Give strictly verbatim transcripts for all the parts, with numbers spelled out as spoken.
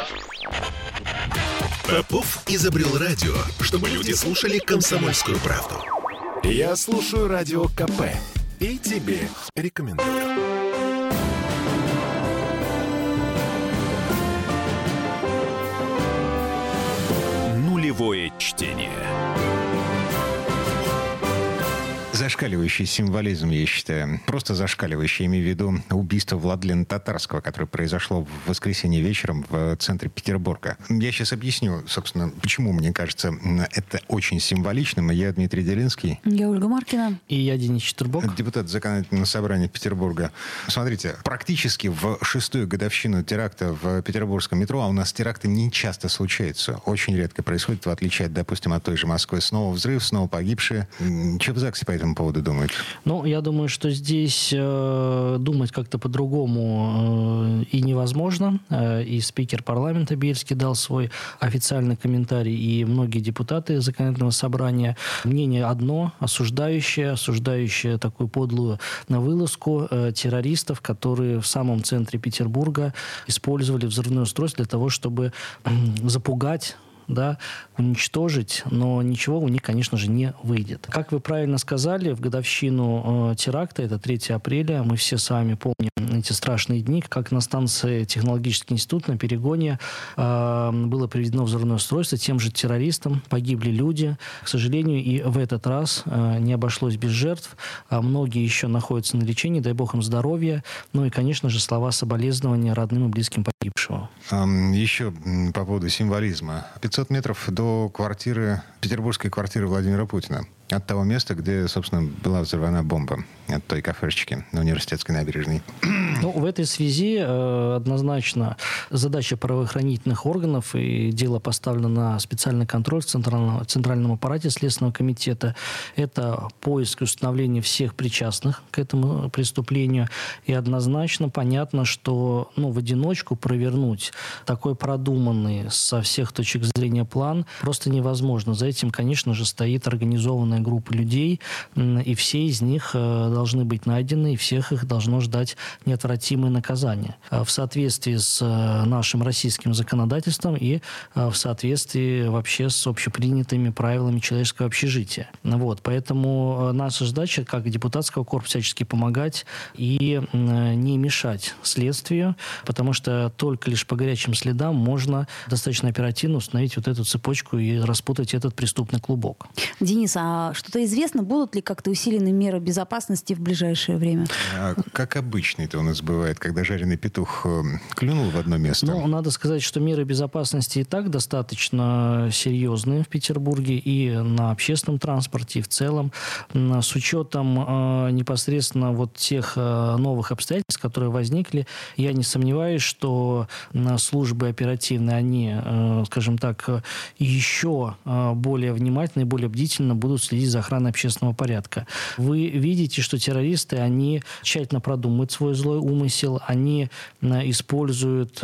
Попов изобрел радио, чтобы люди слушали «Комсомольскую правду». Я слушаю Радио КП и тебе рекомендую. Нулевое чтение. Зашкаливающий символизм, я считаю. Просто зашкаливающий. Имею в виду убийство Владлена Татарского, которое произошло в воскресенье вечером в центре Петербурга. Я сейчас объясню, собственно, почему, мне кажется, это очень символичным. Я Дмитрий Делинский. Я Ольга Маркина. И я Денис Четербок. Депутат Законодательного собрания Петербурга. Смотрите, практически в шестую годовщину теракта в петербургском метро, а у нас теракты не часто случаются. Очень редко происходит, в отличие, от, допустим, от той же Москвы. Снова взрыв, снова погибшие. Что в ЗАГСе по этому поводу думают? Ну, я думаю, что здесь э, думать как-то по-другому э, и невозможно. Э, и спикер парламента Бельский дал свой официальный комментарий, и многие депутаты Законодательного собрания. Мнение одно, осуждающее, осуждающее такую подлую вылазку э, террористов, которые в самом центре Петербурга использовали взрывное устройство для того, чтобы э, запугать, да, уничтожить, но ничего у них, конечно же, не выйдет. Как вы правильно сказали, в годовщину э, теракта, это третьего апреля, мы все с вами помним эти страшные дни, как на станции Технологический институт на перегоне э, было приведено взрывное устройство тем же террористам, погибли люди. К сожалению, и в этот раз э, не обошлось без жертв. А многие еще находятся на лечении, дай бог им здоровья. Ну и, конечно же, слова соболезнования родным и близким погибшего. Um, еще по поводу символизма. пятьсот метров до квартиры, петербургской квартиры Владимира Путина. От того места, где, собственно, была взорвана бомба. От той кафешечки на Университетской набережной. Ну, в этой связи э, однозначно задача правоохранительных органов, и дело поставлено на специальный контроль в центральном, центральном аппарате Следственного комитета, это поиск и установление всех причастных к этому преступлению. И однозначно понятно, что ну, в одиночку провернуть такой продуманный со всех точек зрения план просто невозможно. За этим, конечно же, стоит организованная группа людей, и все из них должны быть найдены, и всех их должно ждать неотвратимое наказание в соответствии с нашим российским законодательством и в соответствии вообще с общепринятыми правилами человеческого общежития. Вот. Поэтому наша задача, как депутатского корпуса, всячески помогать и не мешать следствию, потому что только лишь по горячим следам можно достаточно оперативно установить вот эту цепочку и распутать этот преступный клубок. Денис, а что-то известно, будут ли как-то усилены меры безопасности в ближайшее время? А как обычно это у нас бывает, когда жареный петух клюнул в одно место? Ну, надо сказать, что меры безопасности и так достаточно серьезные в Петербурге и на общественном транспорте, и в целом. С учетом э, непосредственно вот тех э, новых обстоятельств, которые возникли, я не сомневаюсь, что э, службы оперативные, они, э, скажем так, еще э, более внимательно и более бдительно будут следить за охраной общественного порядка. Вы видите, что террористы, они тщательно продумывают свой злой умысел, они используют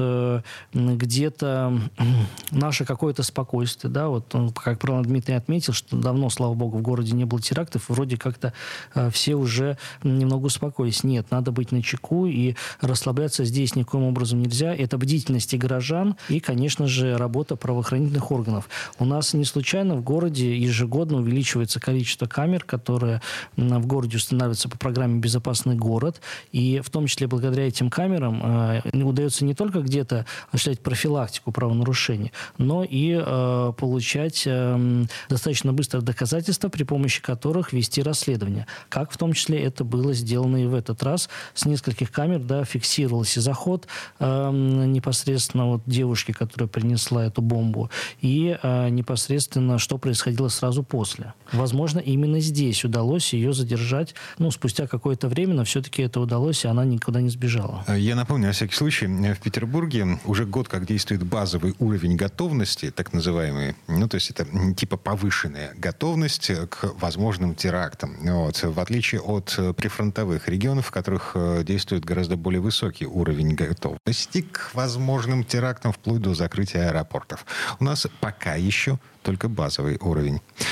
где-то наше какое-то спокойствие. Да? Вот, как правильно Дмитрий отметил, что давно, слава богу, в городе не было терактов, вроде как-то все уже немного успокоились. Нет, надо быть начеку, и расслабляться здесь никоим образом нельзя. Это бдительность и горожан, и, конечно же, работа правоохранительных органов. У нас не случайно в городе ежегодно увеличивается количество камер, которые в городе устанавливаются по программе «Безопасный город». И в том числе благодаря этим камерам э, удается не только где-то осуществлять профилактику правонарушений, но и э, получать э, достаточно быстро доказательства, при помощи которых вести расследование. Как в том числе это было сделано и в этот раз. С нескольких камер да, фиксировался заход э, непосредственно вот девушки, которая принесла эту бомбу, и э, непосредственно что происходило сразу после. Возможно, именно здесь удалось ее задержать. Ну, спустя какое-то время, но все-таки это удалось, и она никуда не сбежала. Я напомню, на всякий случай, в Петербурге уже год как действует базовый уровень готовности, так называемый, ну, то есть это типа повышенная готовность к возможным терактам. Вот. В отличие от прифронтовых регионов, в которых действует гораздо более высокий уровень готовности к возможным терактам, вплоть до закрытия аэропортов. У нас пока еще только базовый уровень.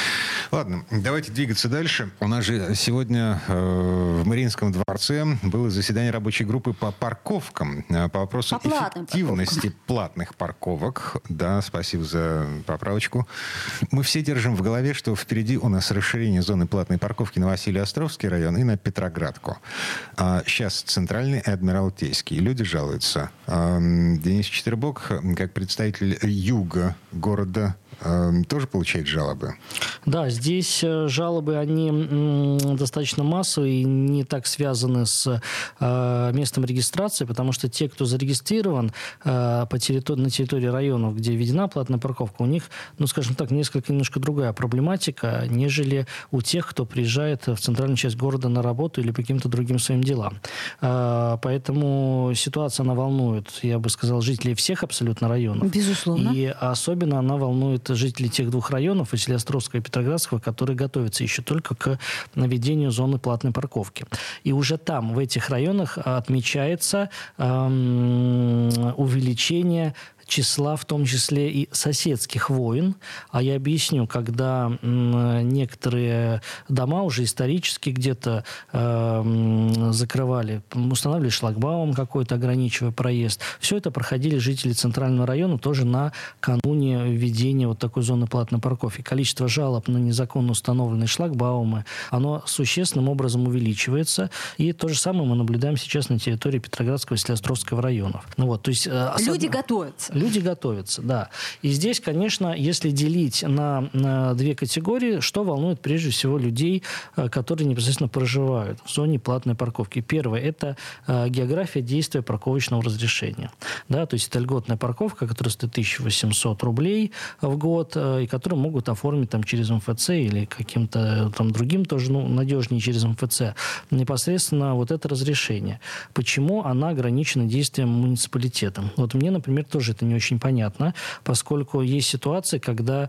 Ладно, давайте двигаться дальше. У нас же сегодня э, в Мариинском дворце было заседание рабочей группы по парковкам, э, по вопросу По платным эффективности парковкам. платных парковок. Да, спасибо за поправочку. Мы все держим в голове, что впереди у нас расширение зоны платной парковки на Василий-Островский район и на Петроградку. А сейчас Центральный и Адмиралтейский. Люди жалуются. А, Денис Четербок, как представитель юга города, а, тоже получает жалобы? Да, здесь жалобы, они м, достаточно массовые и не так связаны с э, местом регистрации, потому что те, кто зарегистрирован э, по территории, на территории районов, где введена платная парковка, у них, ну, скажем так, несколько немножко другая проблематика, нежели у тех, кто приезжает в центральную часть города на работу или по каким-то другим своим делам. Э, поэтому ситуация, она волнует, я бы сказал, жителей всех абсолютно районов. Безусловно. И особенно она волнует жителей тех двух районов, Василеостровского и Петроградского, которые готовятся еще только к наведению зоны платной парковки. И уже там, в этих районах, отмечается эм, увеличение числа, в том числе и соседских войн. А я объясню, когда м, некоторые дома уже исторически где-то э, закрывали, устанавливали шлагбаум какой-то, ограничивая проезд. Все это проходили жители Центрального района тоже накануне введения вот такой зоны платной парковки. Количество жалоб на незаконно установленные шлагбаумы, оно существенным образом увеличивается. И то же самое мы наблюдаем сейчас на территории Петроградского и Василеостровского районов. Ну, вот, то есть, э, Люди особ... готовятся. Люди готовятся, да. И здесь, конечно, если делить на, на две категории, что волнует прежде всего людей, которые непосредственно проживают в зоне платной парковки. Первое – это э, география действия парковочного разрешения. Да, то есть это льготная парковка, которая стоит тысяча восемьсот рублей в год, э, и которую могут оформить там, через эм эф цэ или каким-то там, другим, тоже ну, надежнее через эм эф цэ, непосредственно вот это разрешение. Почему она ограничена действием муниципалитета? Вот мне, например, тоже это не очень понятно, поскольку есть ситуации, когда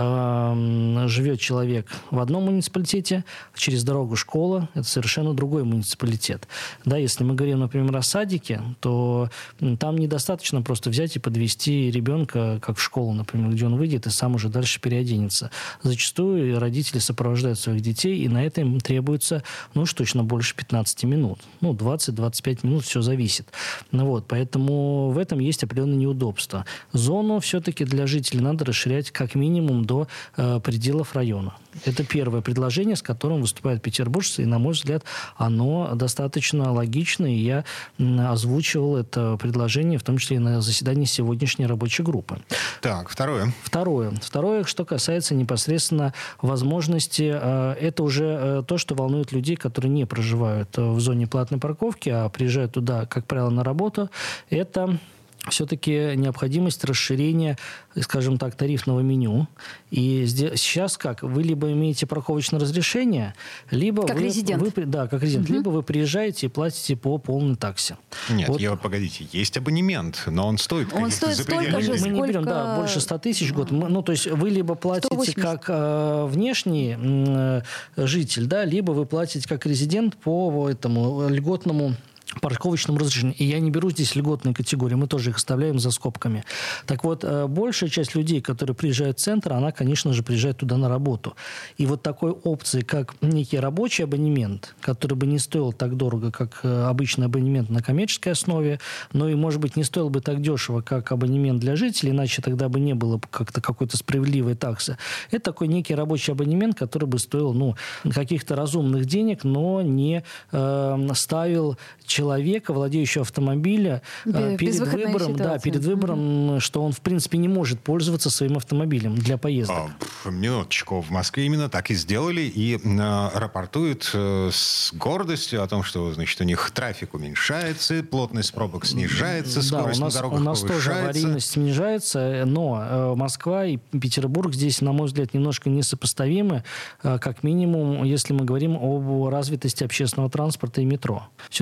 э, живет человек в одном муниципалитете, через дорогу школа, это совершенно другой муниципалитет. Да, если мы говорим, например, о садике, то там недостаточно просто взять и подвести ребенка, как в школу, например, где он выйдет и сам уже дальше переоденется. Зачастую родители сопровождают своих детей, и на это им требуется, ну, уж точно больше пятнадцати минут. Ну, двадцать-двадцать пять минут, все зависит. Ну, вот, поэтому в этом есть определенные неудобства. Зону все-таки для жителей надо расширять как минимум до э, пределов района. Это первое предложение, с которым выступают петербуржцы, и, на мой взгляд, оно достаточно логично, и я м, озвучивал это предложение, в том числе и на заседании сегодняшней рабочей группы. Так, второе. Второе. Второе, что касается непосредственно возможности, э, это уже э, то, что волнует людей, которые не проживают в зоне платной парковки, а приезжают туда, как правило, на работу, это все-таки необходимость расширения, скажем так, тарифного меню. И здесь, сейчас как? Вы либо имеете парковочное разрешение, либо как вы, резидент. Вы, да, как резидент. Угу. Либо вы приезжаете и платите по полной таксе. Нет, вот. я, погодите, есть абонемент, но он стоит... Он стоит столько же, мы сколько... не берем, да, больше ста тысяч в год. Ну, то есть вы либо платите сто восемьдесят как э, внешний э, житель, да, либо вы платите как резидент по этому льготному парковочном разрешении. И я не беру здесь льготные категории, мы тоже их оставляем за скобками. Так вот, большая часть людей, которые приезжают в центр, она, конечно же, приезжает туда на работу. И вот такой опции, как некий рабочий абонемент, который бы не стоил так дорого, как обычный абонемент на коммерческой основе, но и, может быть, не стоил бы так дешево, как абонемент для жителей, иначе тогда бы не было как-то какой-то справедливой таксы. Это такой некий рабочий абонемент, который бы стоил, ну, каких-то разумных денег, но не э, ставил человека, владеющего автомобиля, э, перед выбором, да, перед выбором, mm-hmm. что он, в принципе, не может пользоваться своим автомобилем для поездок. А, минуточку. В Москве именно так и сделали, и э, рапортуют э, с гордостью о том, что, значит, у них трафик уменьшается, плотность пробок снижается, да, скорость у нас, на дорогах у нас повышается. тоже аварийность снижается, но э, Москва и Петербург здесь, на мой взгляд, немножко несопоставимы, э, как минимум, если мы говорим об развитости общественного транспорта и метро. Все-таки, если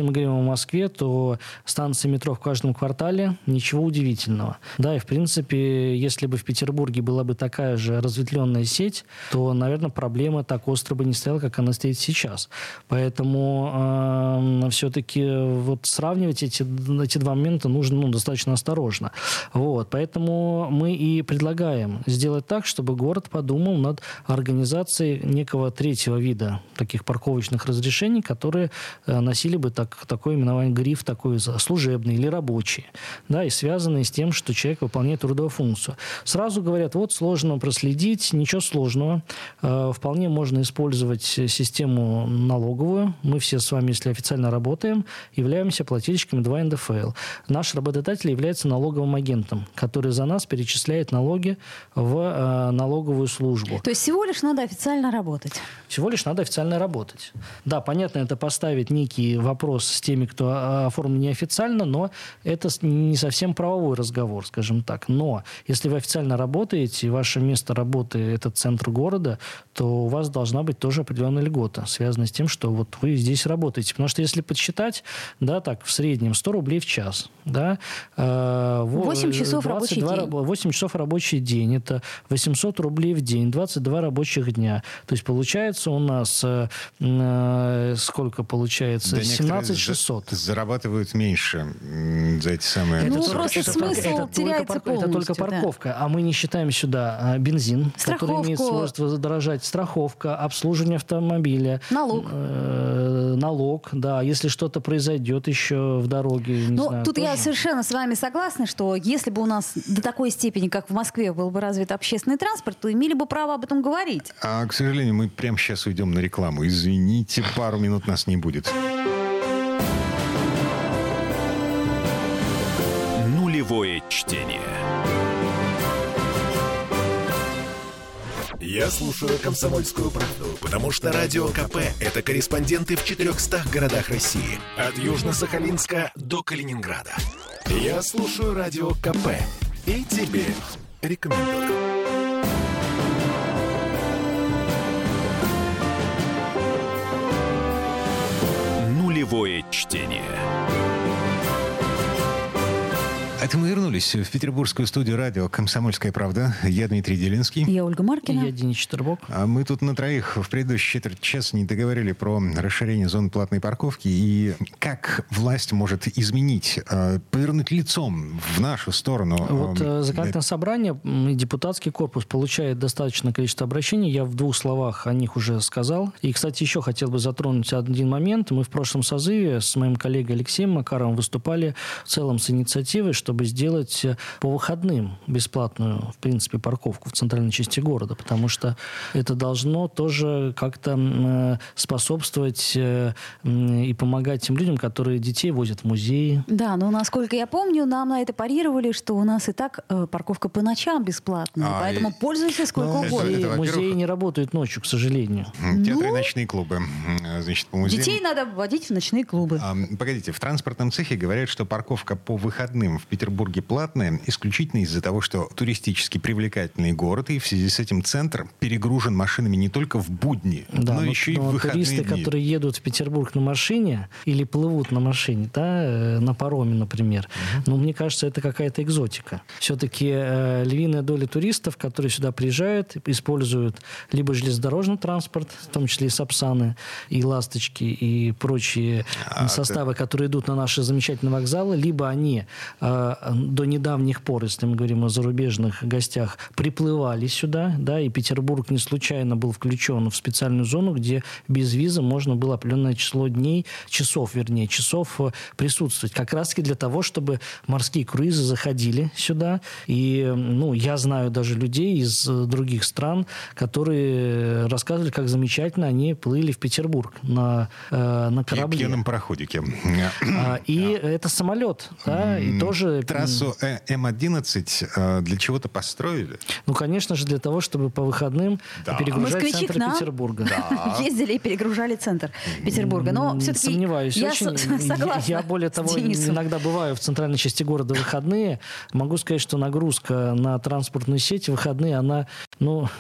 мы говорим о Москве, то станции метро в каждом квартале, ничего удивительного. Да, и в принципе, если бы в Петербурге была бы такая же разветвленная сеть, то, наверное, проблема так остро бы не стояла, как она стоит сейчас. Поэтому э, все-таки вот сравнивать эти, эти два момента нужно ну, достаточно осторожно. Вот. Поэтому мы и предлагаем сделать так, чтобы город подумал над организацией некого третьего вида таких парковочных разрешений, которые э, носили бы так, такое именование гриф, такой служебный или рабочий, да, и связанный с тем, что человек выполняет трудовую функцию. Сразу говорят, вот сложно проследить, ничего сложного. Э, вполне можно использовать систему налоговую. Мы все с вами, если официально работаем, являемся плательщиками два эн дэ эф эл. Наш работодатель является налоговым агентом, который за нас перечисляет налоги в э, налоговую службу. То есть всего лишь надо официально работать? Всего лишь надо официально работать. Да, понятно, это поставить некий вопрос с теми, кто оформлен неофициально, но это не совсем правовой разговор, скажем так. Но если вы официально работаете, и ваше место работы – это центр города, то у вас должна быть тоже определенная льгота, связанная с тем, что вот вы здесь работаете. Потому что если подсчитать, да, так, в среднем сто рублей в час, да, восемь часов рабочий день. восемь часов рабочий день. Это восемьсот рублей в день, двадцать два рабочих дня. То есть получается у нас э, сколько получается? Да, семнадцать шестьсот. Зарабатывают меньше за эти самые... Ну, это просто это, смысл это, теряется только, это только парковка. Да. А мы не считаем сюда бензин, страховку, который имеет свойство задорожать, страховка, обслуживание автомобиля. Налог. Э, налог, да. Если что-то произойдет еще в дороге, не ну, знаю. Тут тоже. я совершенно с вами согласна, что если бы у нас до такой степени, как в Москве, был бы развит общественный транспорт, то имели бы право об этом говорить. А, к сожалению, мы прямо сейчас уйдем на рекламу. Извините, пару минут нас не будет. Нулевое чтение. Я слушаю «Комсомольскую правду», потому что Радио КП – это корреспонденты в четырехстах городах России. От Южно-Сахалинска до Калининграда. Я слушаю Радио КП и тебе рекомендую. Нулевое чтение. Это мы вернулись в петербургскую студию радио «Комсомольская правда». Я Дмитрий Делинский. Я Ольга Маркина. И я Денис Четербок. А мы тут на троих в предыдущей четверть часа не договорили про расширение зон платной парковки и как власть может изменить, повернуть лицом в нашу сторону. Вот законодательное собрание и депутатский корпус получает достаточное количество обращений. Я в двух словах о них уже сказал. И, кстати, еще хотел бы затронуть один момент. Мы в прошлом созыве с моим коллегой Алексеем Макаровым выступали в целом с инициативой, чтобы сделать по выходным бесплатную, в принципе, парковку в центральной части города, потому что это должно тоже как-то способствовать и помогать тем людям, которые детей возят в музеи. Да, но насколько я помню, нам на это парировали, что у нас и так парковка по ночам бесплатная, а, поэтому и... пользуйся сколько ну, угодно. Это, это, музеи не работают ночью, к сожалению. Театры и ну, ночные клубы. Значит, по музеям... Детей надо водить в ночные клубы. А, погодите, в транспортном цехе говорят, что парковка по выходным в Петербурге платная исключительно из-за того, что туристически привлекательный город, и в связи с этим центр перегружен машинами не только в будни, да, но, но еще но и в выходные туристы, дни. которые едут в Петербург на машине или плывут на машине, да, на пароме, например, uh-huh. ну, мне кажется, это какая-то экзотика. Все-таки э, львиная доля туристов, которые сюда приезжают, используют либо железнодорожный транспорт, в том числе и Сапсаны, и Ласточки, и прочие а, составы, это... которые идут на наши замечательные вокзалы, либо они э, до недавних пор, если мы говорим о зарубежных гостях, приплывали сюда, да, и Петербург не случайно был включен в специальную зону, где без визы можно было определенное число дней, часов, вернее, часов присутствовать. Как раз-таки для того, чтобы морские круизы заходили сюда. И, ну, я знаю даже людей из других стран, которые рассказывали, как замечательно они плыли в Петербург на, э, на корабле. В пьяном пароходике. А, и это самолет, да, и тоже... Трассу эм одиннадцать для чего-то построили? Ну, конечно же, для того, чтобы по выходным да. перегружать Москвичи центр Петербурга. Да. Ездили и перегружали центр Петербурга. Но все-таки сомневаюсь я очень. С- согласна Я, более того, иногда бываю в центральной части города в выходные. Могу сказать, что нагрузка на транспортную сеть в выходные, она, ну...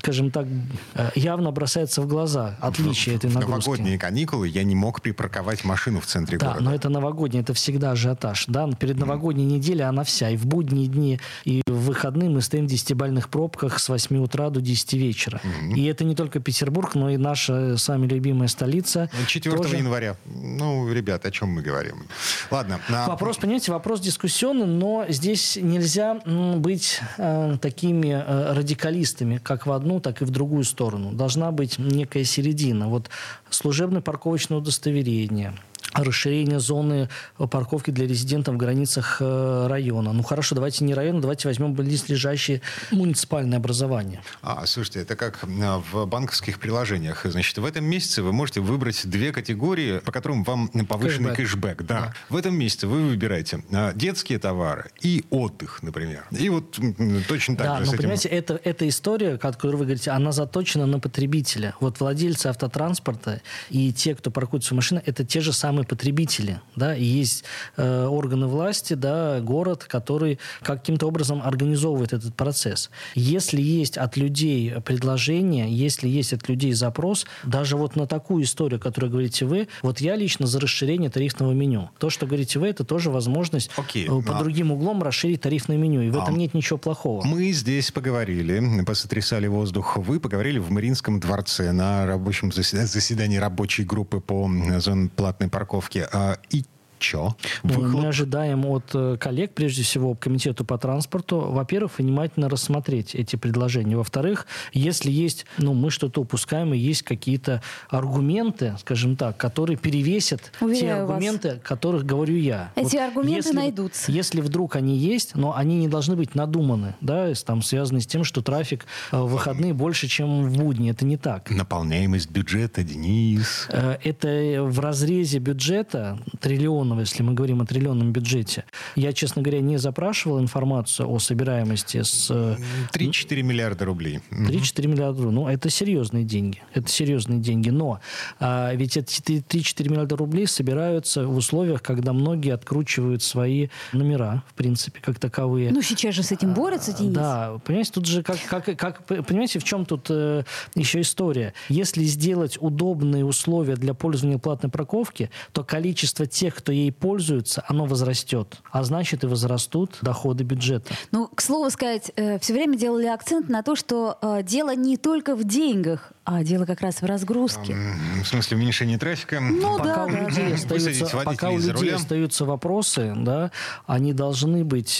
скажем так, явно бросается в глаза отличие этой нагрузки. В новогодние каникулы я не мог припарковать машину в центре да, города. Да, но это новогодние, это всегда ажиотаж. Да? Перед новогодней неделей она вся. И в будние дни, и в выходные мы стоим в десятибалльных пробках с восьми утра до десяти вечера. Mm-hmm. И это не только Петербург, но и наша с вами любимая столица. четвёртого тоже... января. Ну, ребят, о чем мы говорим? Ладно. А... Вопрос, понимаете, вопрос дискуссионный, но здесь нельзя быть э, такими э, радикалистами, как в одну, так и в другую сторону. Должна быть некая середина. Вот служебное парковочное удостоверение, расширение зоны парковки для резидентов в границах района. Ну хорошо, давайте не район, давайте возьмем близлежащие муниципальные образования. А, слушайте, это как в банковских приложениях. Значит, в этом месяце вы можете выбрать две категории, по которым вам повышенный кэшбэк. кэшбэк да. Да. В этом месяце вы выбираете детские товары и отдых, например. И вот точно так да, же но с этим... понимаете, это, эта история, о которой вы говорите, она заточена на потребителя. Вот владельцы автотранспорта и те, кто паркует свою машину, это те же самые потребители, да, и есть э, органы власти, да, город, который каким-то образом организовывает этот процесс. Если есть от людей предложение, если есть от людей запрос, даже вот на такую историю, которую говорите вы, вот я лично за расширение тарифного меню. То, что говорите вы, это тоже возможность Окей, под а... другим углом расширить тарифное меню, и в этом а... нет ничего плохого. Мы здесь поговорили, посотрясали воздух, вы поговорили в Мариинском дворце на рабочем заседании рабочей группы по зоне платной парковки. И чё? Выхлоп? Мы ожидаем от коллег, прежде всего, комитету по транспорту, во-первых, внимательно рассмотреть эти предложения. Во-вторых, если есть, ну, мы что-то упускаем, и есть какие-то аргументы, скажем так, которые перевесят Уверяю те аргументы, вас. О которых говорю я. Эти вот аргументы если, найдутся. Если вдруг они есть, но они не должны быть надуманы, да, там, связаны с тем, что трафик в выходные больше, чем в будни. Это не так. Наполняемость бюджета, Денис. Это в разрезе бюджета триллионов, если мы говорим о триллионном бюджете. Я, честно говоря, не запрашивал информацию о собираемости с... три-четыре миллиарда рублей. три-четыре миллиарда рублей. Ну, это серьезные деньги. Это серьезные деньги. Но а, ведь эти три-четыре миллиарда рублей собираются в условиях, когда многие откручивают свои номера, в принципе, как таковые. Ну, сейчас же с этим борются, Денис. Да. Понимаете, тут же как... как, как понимаете, в чем тут э, еще история? Если сделать удобные условия для пользования платной парковки, то количество тех, кто ей пользуются, оно возрастет. А значит, и возрастут доходы бюджета. Ну, к слову сказать, э, все время делали акцент на то, что э, дело не только в деньгах, а дело как раз в разгрузке. В смысле, уменьшение трафика? Ну, пока да, у да, людей, да. остаются, пока у людей остаются вопросы, да, они должны быть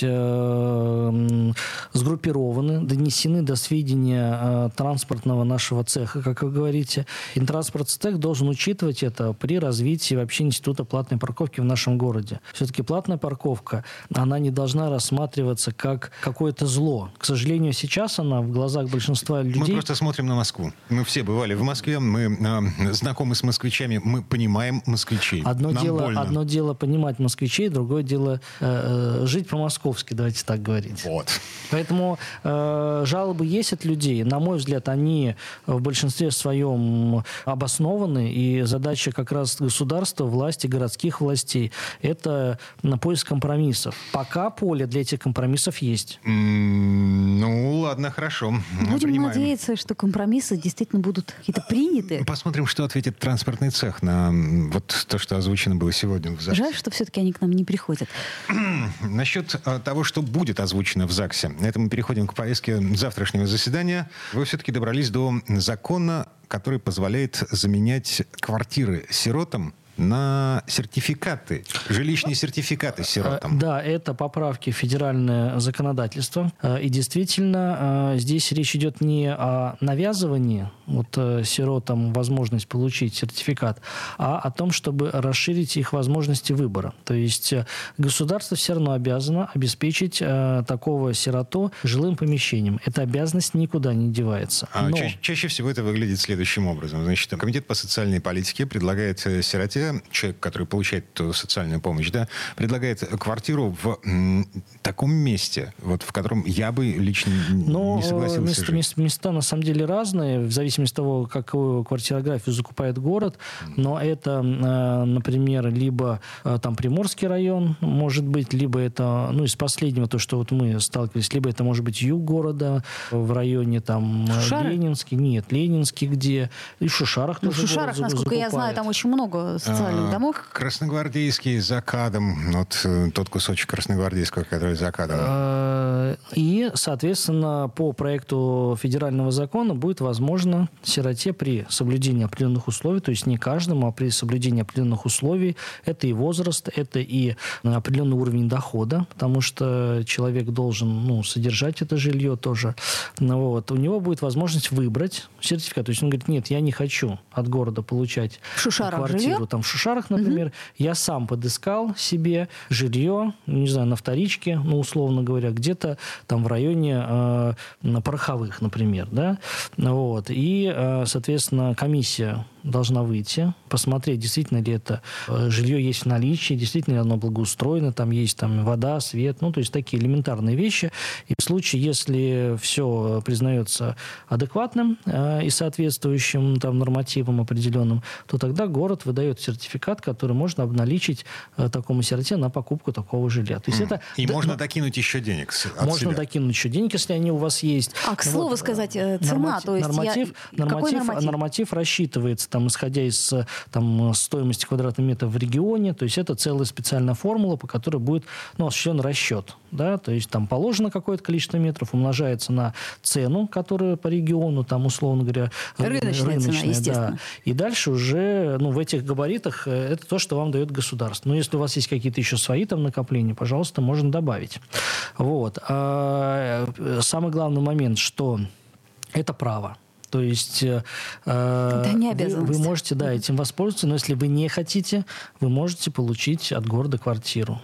э, сгруппированы, донесены до сведения э, транспортного нашего цеха, как вы говорите. И транспортцех должен учитывать это при развитии вообще института платной парковки в нашем городе. Все-таки платная парковка, она не должна рассматриваться как какое-то зло. К сожалению, сейчас она в глазах большинства людей... Мы просто смотрим на Москву. Мы все бывали в Москве, мы э, знакомы с москвичами, мы понимаем москвичей. Одно Нам дело, больно. одно дело понимать москвичей, другое дело э, жить по-московски, давайте так говорить. Вот. Поэтому э, жалобы есть от людей. На мой взгляд, они в большинстве своем обоснованы, и задача как раз государства, власти, городских властей – это на поиск компромиссов. Пока поле для этих компромиссов есть. Mm, ну, ладно, хорошо. Будем Принимаем. надеяться, что компромиссы действительно будут какие-то приняты. Посмотрим, что ответит транспортный цех на вот то, что озвучено было сегодня в ЗАГСе. Жаль, что все-таки они к нам не приходят. Насчет того, что будет озвучено в ЗАГСе, это мы переходим к повестке завтрашнего заседания. Вы все-таки добрались до закона, который позволяет заменять квартиры сиротам на сертификаты, жилищные сертификаты сиротам. Да, это поправки в федеральное законодательство. И действительно, здесь речь идет не о навязывании вот, сиротам возможность получить сертификат, а о том, чтобы расширить их возможности выбора. То есть государство все равно обязано обеспечить такого сироту жилым помещением. Эта обязанность никуда не девается. Но... А ча- чаще всего это выглядит следующим образом. Значит, Комитет по социальной политике предлагает сироте когда человек, который получает эту социальную помощь, да, предлагает квартиру в м, таком месте, вот, в котором я бы лично Но не согласился места, жить? места, места на самом деле разные, в зависимости от того, какую квартирографию закупает город. Но это, например, либо там Приморский район, может быть, либо это, ну, из последнего, то, что вот мы сталкивались, либо это может быть юг города, в районе там Шушары? Ленинский, нет, Ленинский, где и в Шушарах Ну, в тоже Шушарах, город насколько я закупает. знаю, там очень много социальных А, домов. Красногвардейский за КАДом, вот э, тот кусочек Красногвардейского, который за КАДом. А, И, соответственно, по проекту федерального закона будет возможно сироте при соблюдении определенных условий, то есть не каждому, а при соблюдении определенных условий, это и возраст, это и определенный уровень дохода, потому что человек должен, ну, содержать это жилье тоже. Ну, вот. У него будет возможность выбрать сертификат. То есть он говорит, нет, я не хочу от города получать В Шушарах квартиру. жилье? Там в Шушарах, например. Я сам подыскал себе жилье, не знаю, на вторичке, ну, условно говоря, где-то там в районе э, Пороховых, например, да. Вот. И, э, соответственно, комиссия должна выйти, посмотреть, действительно ли это э, жилье есть в наличии, действительно ли оно благоустроено, там есть там вода, свет, ну, то есть такие элементарные вещи. И в случае, если все признается адекватным э, и соответствующим там нормативам определенным, то тогда город выдает сертификат, который можно обналичить э, такому сироте на покупку такого жилья. То есть Mm. это, И да, можно но- докинуть еще денег с- от можно себя. докинуть еще денег, если они у вас есть. А, к Ну, слову вот, сказать, э, цена, норматив, то есть я- норматив, какой норматив, норматив? норматив рассчитывается, там, исходя из там, стоимости квадратного метра в регионе, то есть это целая специальная формула, по которой будет, ну, осуществлен расчет. Да? То есть там положено какое-то количество метров, умножается на цену, которая по региону, там, условно говоря, Рыночная цена, естественно. да. И дальше уже, ну, в этих габаритах э, это то, что вам дает государство. Но если у вас есть какие-то еще свои там накопления, пожалуйста, можно добавить. Вот. А самый главный момент, что это право. То есть э, Да, не вы, обязанность. вы можете, да, этим воспользоваться, но если вы не хотите, вы можете получить от города квартиру.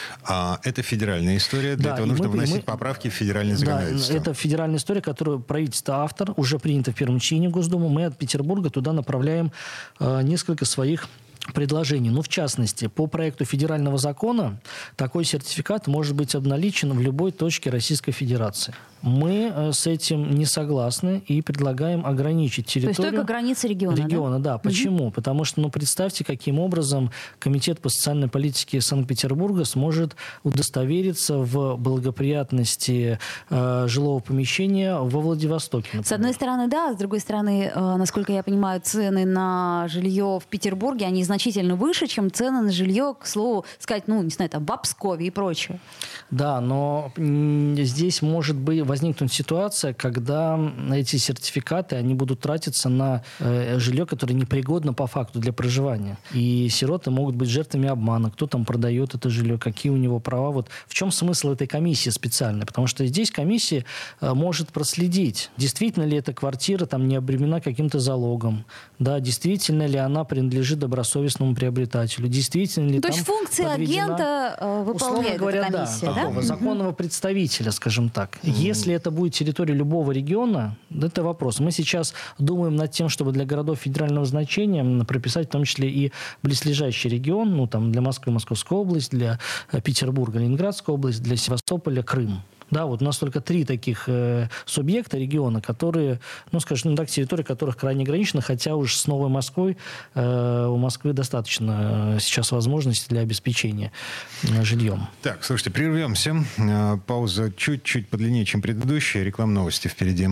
А это федеральная история. Для Да, этого и нужно мы- вносить мы- поправки в федеральное Да, законодательство. это федеральная история, которую правительство автор, уже принято в первом чтении Госдумы. Мы от Петербурга туда направляем э, несколько своих предложений. Ну, в частности, по проекту федерального закона такой сертификат может быть обналичен в любой точке Российской Федерации. Мы э, с этим не согласны и предлагаем ограничить То территорию. есть только границы региона, да? Региона, да. Почему? Потому что, ну, представьте, каким образом Комитет по социальной политике Санкт-Петербурга сможет удостовериться в благоприятности э, жилого помещения во Владивостоке, например. С одной стороны, да, с другой стороны, э, насколько я понимаю, цены на жилье в Петербурге, они значительно выше, чем цены на жилье, к слову сказать, ну, не знаю, там, в Обскове и прочее. Да, но м, здесь может быть возникнуть ситуация, когда эти сертификаты, они будут тратиться на э, жилье, которое непригодно по факту для проживания. И сироты могут быть жертвами обмана. Кто там продает это жилье, какие у него права. Вот в чем смысл этой комиссии специальной? Потому что здесь комиссия э, может проследить, действительно ли эта квартира там не обременена каким-то залогом, да, действительно ли она принадлежит добросовестному приобретателю, действительно ли То там есть функции подведена- агента э, выполняет Условно говоря, эта комиссия, да, да? такого законного представителя, скажем так. Если это будет территория любого региона, это вопрос. Мы сейчас думаем над тем, чтобы для городов федерального значения прописать в том числе и близлежащий регион, ну там для Москвы Московская область, для э, Петербурга Ленинградская область, для Севастополя Крым. Да, вот у нас только три таких э, субъекта региона, которые, ну, скажем так, территории которых крайне ограничены, хотя уж с Новой Москвой э, у Москвы достаточно э, сейчас возможностей для обеспечения э, жильем. Так, слушайте, прервемся. Э, Пауза чуть-чуть подлиннее, чем предыдущая. Реклам новости впереди.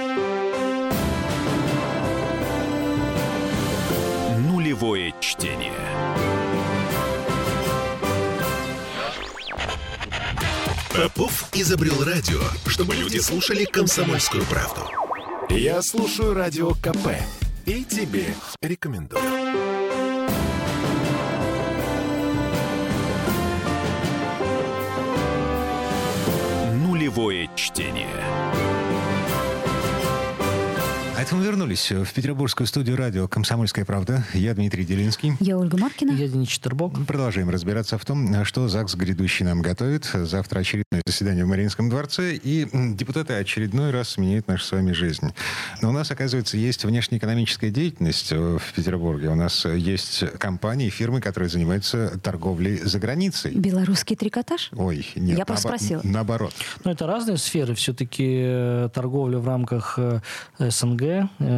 Нулевое чтение. Попов изобрел радио, чтобы люди слушали комсомольскую правду. Я слушаю радио КП и тебе рекомендую. Нулевое чтение. А это мы вернулись в петербургскую студию радио «Комсомольская правда». Я Дмитрий Делинский. Я Ольга Маркина. Я Денис Четербок. Мы продолжаем разбираться в том, что ЗАГС грядущий нам готовит. Завтра очередное заседание в Мариинском дворце, и депутаты очередной раз меняют нашу с вами жизнь. Но у нас, оказывается, есть внешнеэкономическая деятельность в Петербурге. У нас есть компании, фирмы, которые занимаются торговлей за границей. Белорусский трикотаж? Ой, нет. Я просто наоб... спросила. Наоборот. Ну, это разные сферы. Все-таки торговля в рамках СНГ,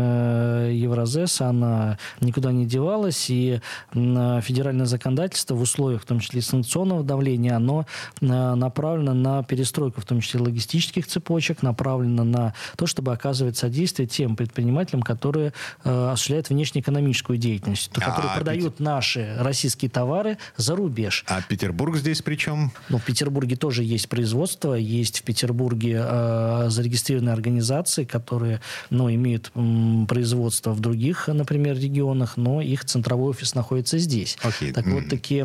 Евразес, она никуда не девалась, и федеральное законодательство в условиях, в том числе санкционного давления, оно направлено на перестройку, в том числе логистических цепочек, направлено на то, чтобы оказывать содействие тем предпринимателям, которые осуществляют внешнеэкономическую деятельность, которые а, продают Петер... наши российские товары за рубеж. А Петербург здесь при чем? Ну, в Петербурге тоже есть производство, есть в Петербурге э, зарегистрированные организации, которые, ну, имеют производство в других, например, регионах, но их центровой офис находится здесь. Okay. Так mm-hmm. вот, таки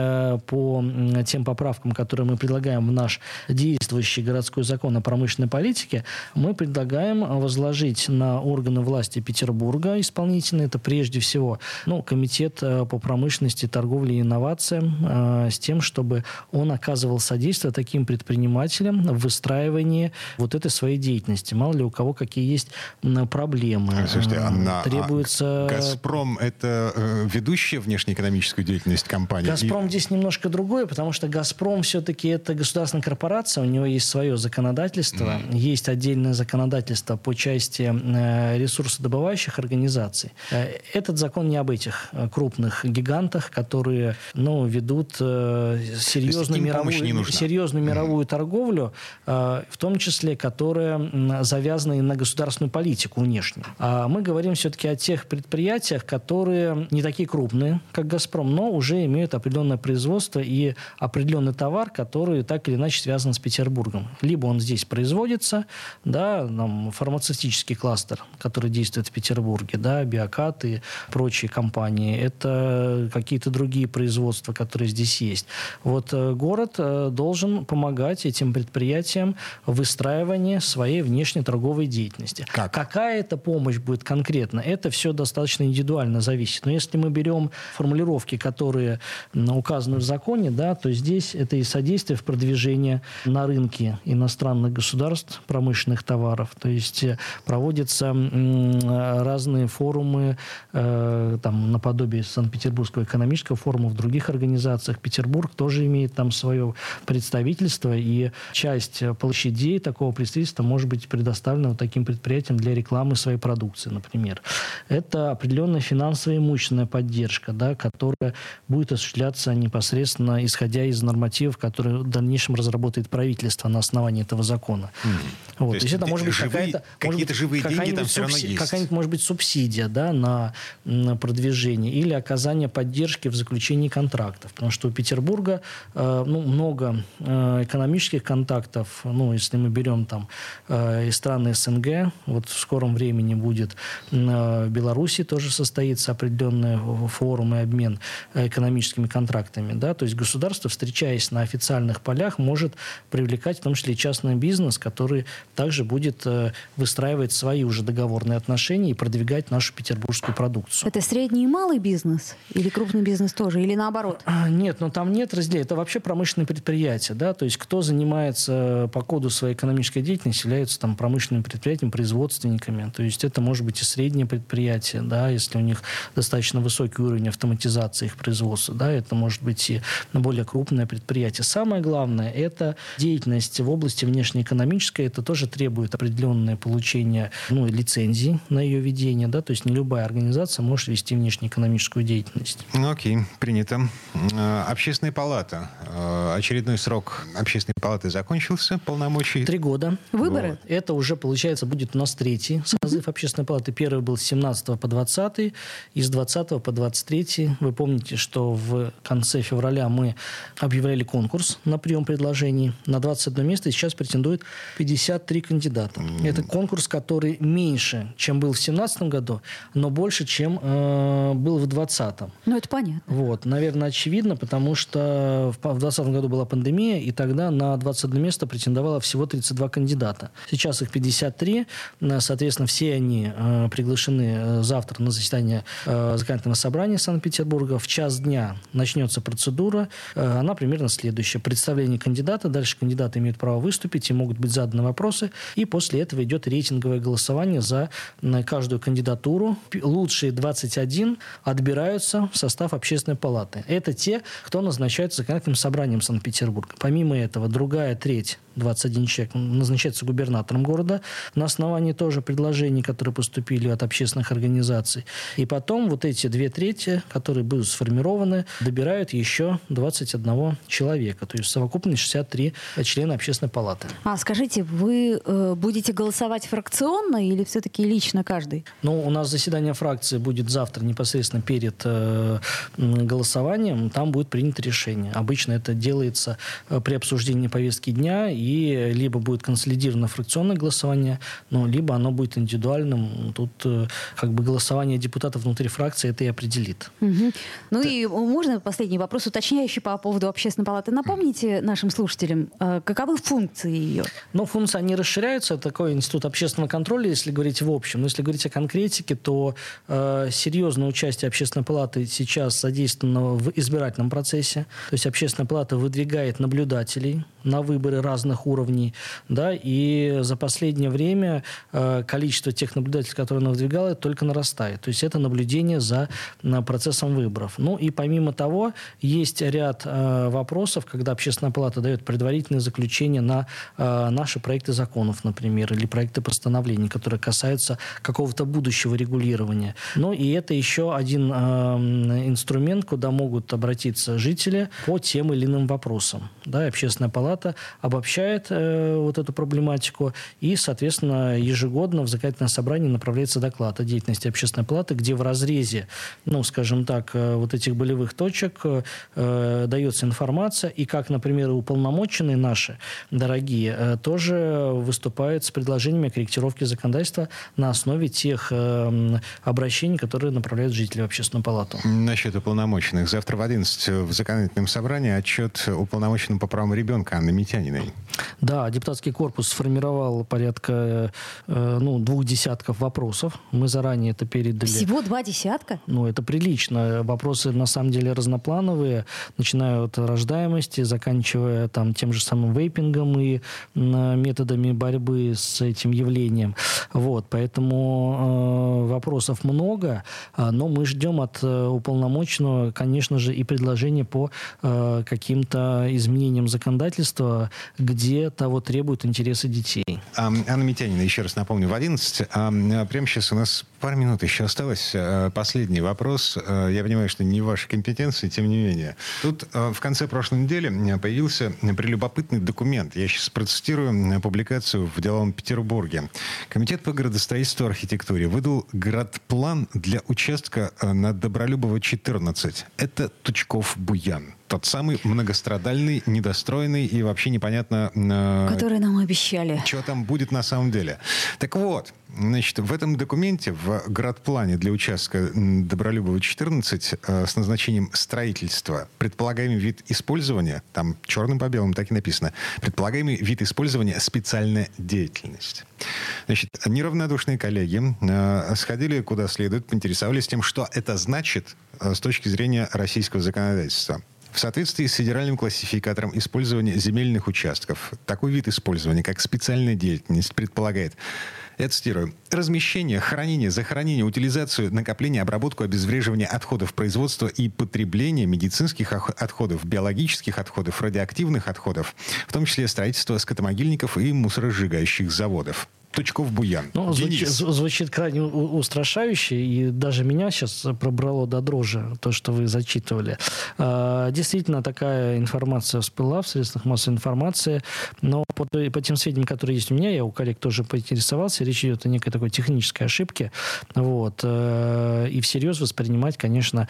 по тем поправкам, которые мы предлагаем в наш действующий городской закон о промышленной политике, мы предлагаем возложить на органы власти Петербурга исполнительные, это прежде всего, ну, комитет по промышленности, торговле и инновациям, с тем, чтобы он оказывал содействие таким предпринимателям в выстраивании вот этой своей деятельности. Мало ли у кого какие есть проблемы. Слушайте, а требуется... «Газпром» — это э, ведущая внешнеэкономическую деятельность компании? «Газпром» и... здесь немножко другое, потому что «Газпром» все-таки это государственная корпорация, у него есть свое законодательство, mm. есть отдельное законодательство по части э, ресурсодобывающих организаций. Э, этот закон не об этих крупных гигантах, которые, ну, ведут э, серьезную мировую, серьезную мировую mm. торговлю, э, в том числе, которая завязана и на государственную политику внешнюю. А мы говорим все-таки о тех предприятиях, которые не такие крупные, как «Газпром», но уже имеют определенное производство и определенный товар, который так или иначе связан с Петербургом. Либо он здесь производится, да, там, фармацевтический кластер, который действует в Петербурге, да, Биокат и прочие компании. Это какие-то другие производства, которые здесь есть. Вот город должен помогать этим предприятиям в выстраивании своей внешней торговой деятельности. Как? Какая это помощь будет конкретно? Это все достаточно индивидуально зависит. Но если мы берем формулировки, которые указаны в законе, да, то здесь это и содействие в продвижении на рынке иностранных государств промышленных товаров. То есть проводятся разные форумы, э, там, наподобие Санкт-Петербургского экономического форума, в других организациях. Петербург тоже имеет там свое представительство, и часть площадей такого представительства может быть предоставлена вот таким предприятиям для рекламы своей продукции, например. Это определенная финансовая и имущественная поддержка, да, которая будет осуществляться непосредственно исходя из нормативов, которые в дальнейшем разработает правительство на основании этого закона. Mm. Вот. То, есть, То есть это может быть живые, какая-то, какие-то может живые быть, деньги там все равно субсидия, есть. Какая-нибудь, может быть, субсидия, да, на, на продвижение или оказание поддержки в заключении контрактов. Потому что у Петербурга э, ну, много э, экономических контактов. Ну, если мы берем там э, и страны СНГ, вот в скором времени будет э, в Беларуси тоже состоится определенный форум и обмен экономическими контрактами. Да? То есть государство, встречаясь на официальных полях, может привлекать в том числе и частный бизнес, который также будет э, выстраивать свои уже договорные отношения и продвигать нашу петербургскую продукцию. Это средний и малый бизнес? Или крупный бизнес тоже? Или наоборот? А, нет, но там нет разделения. Это вообще промышленные предприятия. Да? То есть кто занимается по коду своей экономической деятельности, являются там промышленными предприятиями, производственниками. То есть это может быть и среднее предприятие, да, если у них достаточно высокий уровень автоматизации их производства. Да, это может быть и более крупное предприятие. Самое главное – это деятельность в области внешнеэкономической. Это тоже требует определенное получение, ну, лицензий на ее ведение. Да, то есть не любая организация может вести внешнеэкономическую деятельность. Ну, окей, принято. Общественная палата. Очередной срок Общественной палаты закончился, полномочий. Три года. Выборы? Вот. Это уже, получается, будет у нас третий созыв mm-hmm. Общественной палаты. Первый был с семнадцатого по двадцатый, и с двадцатого по двадцать третий. Вы помните, что в конце февраля мы объявляли конкурс на прием предложений. На двадцать одно место, и сейчас претендует пятьдесят три кандидата. Mm-hmm. Это конкурс, который меньше, чем был в семнадцатом году, но больше, чем э, был в двадцатом. Ну, это понятно. Вот, наверное, очевидно, потому что в двадцатом году была пандемия, и тогда на двадцать одно место претендовало всего тридцать два кандидата. Сейчас их пятьдесят три. Соответственно, Соответственно, все они э, приглашены завтра на заседание э, законодательного собрания Санкт-Петербурга. В час дня начнется процедура. Э, она примерно следующая. Представление кандидата. Дальше кандидаты имеют право выступить, и могут быть заданы вопросы. И после этого идет рейтинговое голосование за на каждую кандидатуру. Лучшие двадцать один отбираются в состав общественной палаты. Это те, кто назначается законодательным собранием Санкт-Петербурга. Помимо этого, другая треть, двадцать один человек, назначается губернатором города на основании тоже предложений, которые поступили от общественных организаций. И потом вот эти две трети, которые будут сформированы, добирают еще двадцать один человека. То есть совокупно шестьдесят три члена общественной палаты. А скажите, вы э, будете голосовать фракционно или все-таки лично каждый? Ну, у нас заседание фракции будет завтра непосредственно перед э, голосованием. Там будет принято решение. Обычно это делается э, при обсуждении повестки дня, и либо будет консолидировано фракционное голосование, ну, либо оно будет индивидуальным. Тут э, как бы голосование депутатов внутри фракции это и определит. Угу. Ну да. И можно последний вопрос, уточняющий по поводу общественной палаты. Напомните нашим слушателям, э, каковы функции ее? Ну, функции, они расширяются. Это такой институт общественного контроля, если говорить в общем. Но если говорить о конкретике, то э, серьезное участие общественной палаты сейчас задействовано в избирательном процессе. То есть общественная палата выдвигает наблюдателей на выборы разных уровней, да, и за последнее время э, количество тех наблюдателей, которые она выдвигала, только нарастает. То есть это наблюдение за э, процессом выборов. Ну и помимо того, есть ряд э, вопросов, когда общественная палата дает предварительное заключение на э, наши проекты законов, например, или проекты постановлений, которые касаются какого-то будущего регулирования. Ну и это еще один э, инструмент, куда могут обратиться жители по тем или иным вопросам. Да, общественная палата обобщает э, вот эту проблематику, и, соответственно, ежегодно в законодательное собрание направляется доклад о деятельности общественной палаты, где в разрезе, ну, скажем так, э, вот этих болевых точек э, дается информация, и как, например, уполномоченные наши, дорогие, э, тоже выступают с предложениями о корректировке законодательства на основе тех э, обращений, которые направляют жители в общественную палату. Насчет уполномоченных. Завтра в одиннадцать в законодательном собрании отчет уполномоченному по правам ребенка Анны Митяниной. Да, депутатский корпус сформировал порядка э, ну, двух десятков вопросов. Мы заранее это передали. Всего два десятка? Ну, это прилично. Вопросы, на самом деле, разноплановые, начиная от рождаемости, заканчивая там, тем же самым вейпингом и э, методами борьбы с этим явлением. Вот, поэтому э, вопросов много, э, но мы ждем от э, уполномоченного, конечно же, и предложения по э, каким-то изменениям законодательства, где того требуют интересы детей. А, Анна Митянина, еще раз напомню, в одиннадцать. А, прямо сейчас у нас пару минут еще осталось. А, последний вопрос. А, я понимаю, что не в вашей компетенции, тем не менее. Тут а, в конце прошлой недели появился прелюбопытный документ. Я сейчас процитирую публикацию в «Деловом Петербурге». Комитет по градостроительству и архитектуре выдал градплан для участка на Добролюбова, четырнадцать. Это Тучков-Буян. Тот самый многострадальный, недостроенный и вообще непонятно... Э, который нам обещали. Что там будет на самом деле. Так вот, значит, в этом документе, в градплане для участка Добролюбова, четырнадцать, э, с назначением строительства, предполагаемый вид использования, там черным по белому так и написано, предполагаемый вид использования — специальная деятельность. Значит, неравнодушные коллеги э, сходили куда следует, поинтересовались тем, что это значит э, с точки зрения российского законодательства. В соответствии с федеральным классификатором использования земельных участков, такой вид использования, как специальная деятельность, предполагает, я цитирую, размещение, хранение, захоронение, утилизацию, накопление, обработку, обезвреживание отходов производства и потребление медицинских отходов, биологических отходов, радиоактивных отходов, в том числе строительство скотомогильников и мусоросжигающих заводов. Тучков-Буян. Ну, звучит, звучит крайне устрашающе, и даже меня сейчас пробрало до дрожи, то, что вы зачитывали. Действительно, такая информация всплыла в средствах массовой информации, но по, по тем сведениям, которые есть у меня, я у коллег тоже поинтересовался, речь идет о некой такой технической ошибке, вот, и всерьез воспринимать, конечно,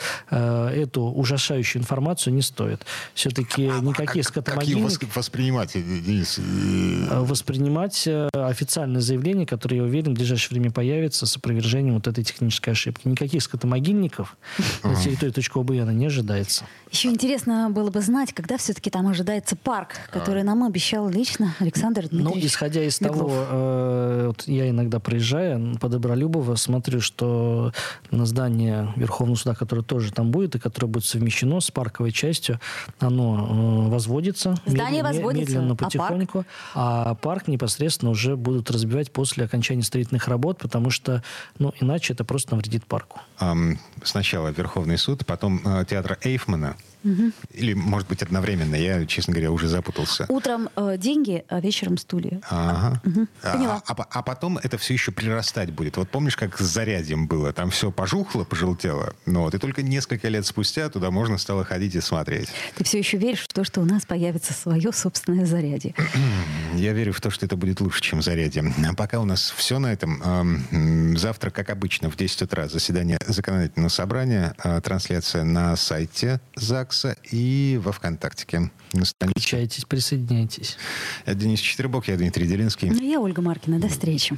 эту ужасающую информацию не стоит. Все-таки а, никаких а скотомогильников... Как воспринимать, Денис? Воспринимать официальные заявление, которое, я уверен, в ближайшее время появится с опровержением вот этой технической ошибки. Никаких скотомогильников на территории Тучкова-Буяна не ожидается. Еще интересно было бы знать, когда все-таки там ожидается парк, который нам обещал лично Александр Дмитриевич Ну, исходя из Беглов. того, э, вот я иногда проезжая по Добролюбово, смотрю, что на здание Верховного суда, которое тоже там будет, и которое будет совмещено с парковой частью, оно э, возводится. Здание медленно, возводится, медленно, а парк? потихоньку. А парк? а парк непосредственно уже будут разбивать после окончания строительных работ, потому что, ну, иначе это просто навредит парку. Um, сначала Верховный суд, потом uh, театр Эйфмана. Угу. Или, может быть, одновременно. Я, честно говоря, уже запутался. Утром э, деньги, а вечером стулья. Ага. Угу. Поняла. А, а, а потом это все еще прирастать будет. Вот помнишь, как с Зарядьем было? Там все пожухло, пожелтело. Ну, вот, и только несколько лет спустя туда можно стало ходить и смотреть. Ты все еще веришь в то, что у нас появится свое собственное Зарядье? Я верю в то, что это будет лучше, чем Зарядье. А пока у нас все на этом. Завтра, как обычно, в десять утра заседание законодательного собрания. Трансляция на сайте ЗАГСа и во ВКонтактике. Включайтесь, присоединяйтесь. Это Денис Четвербок, я Дмитрий Делинский. Я Ольга Маркина. До встречи.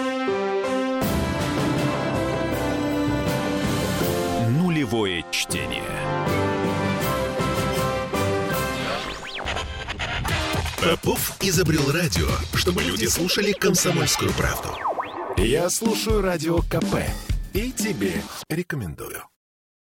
Нулевое чтение. Попов изобрел радио, чтобы люди слушали комсомольскую правду. Я слушаю радио КП и тебе рекомендую.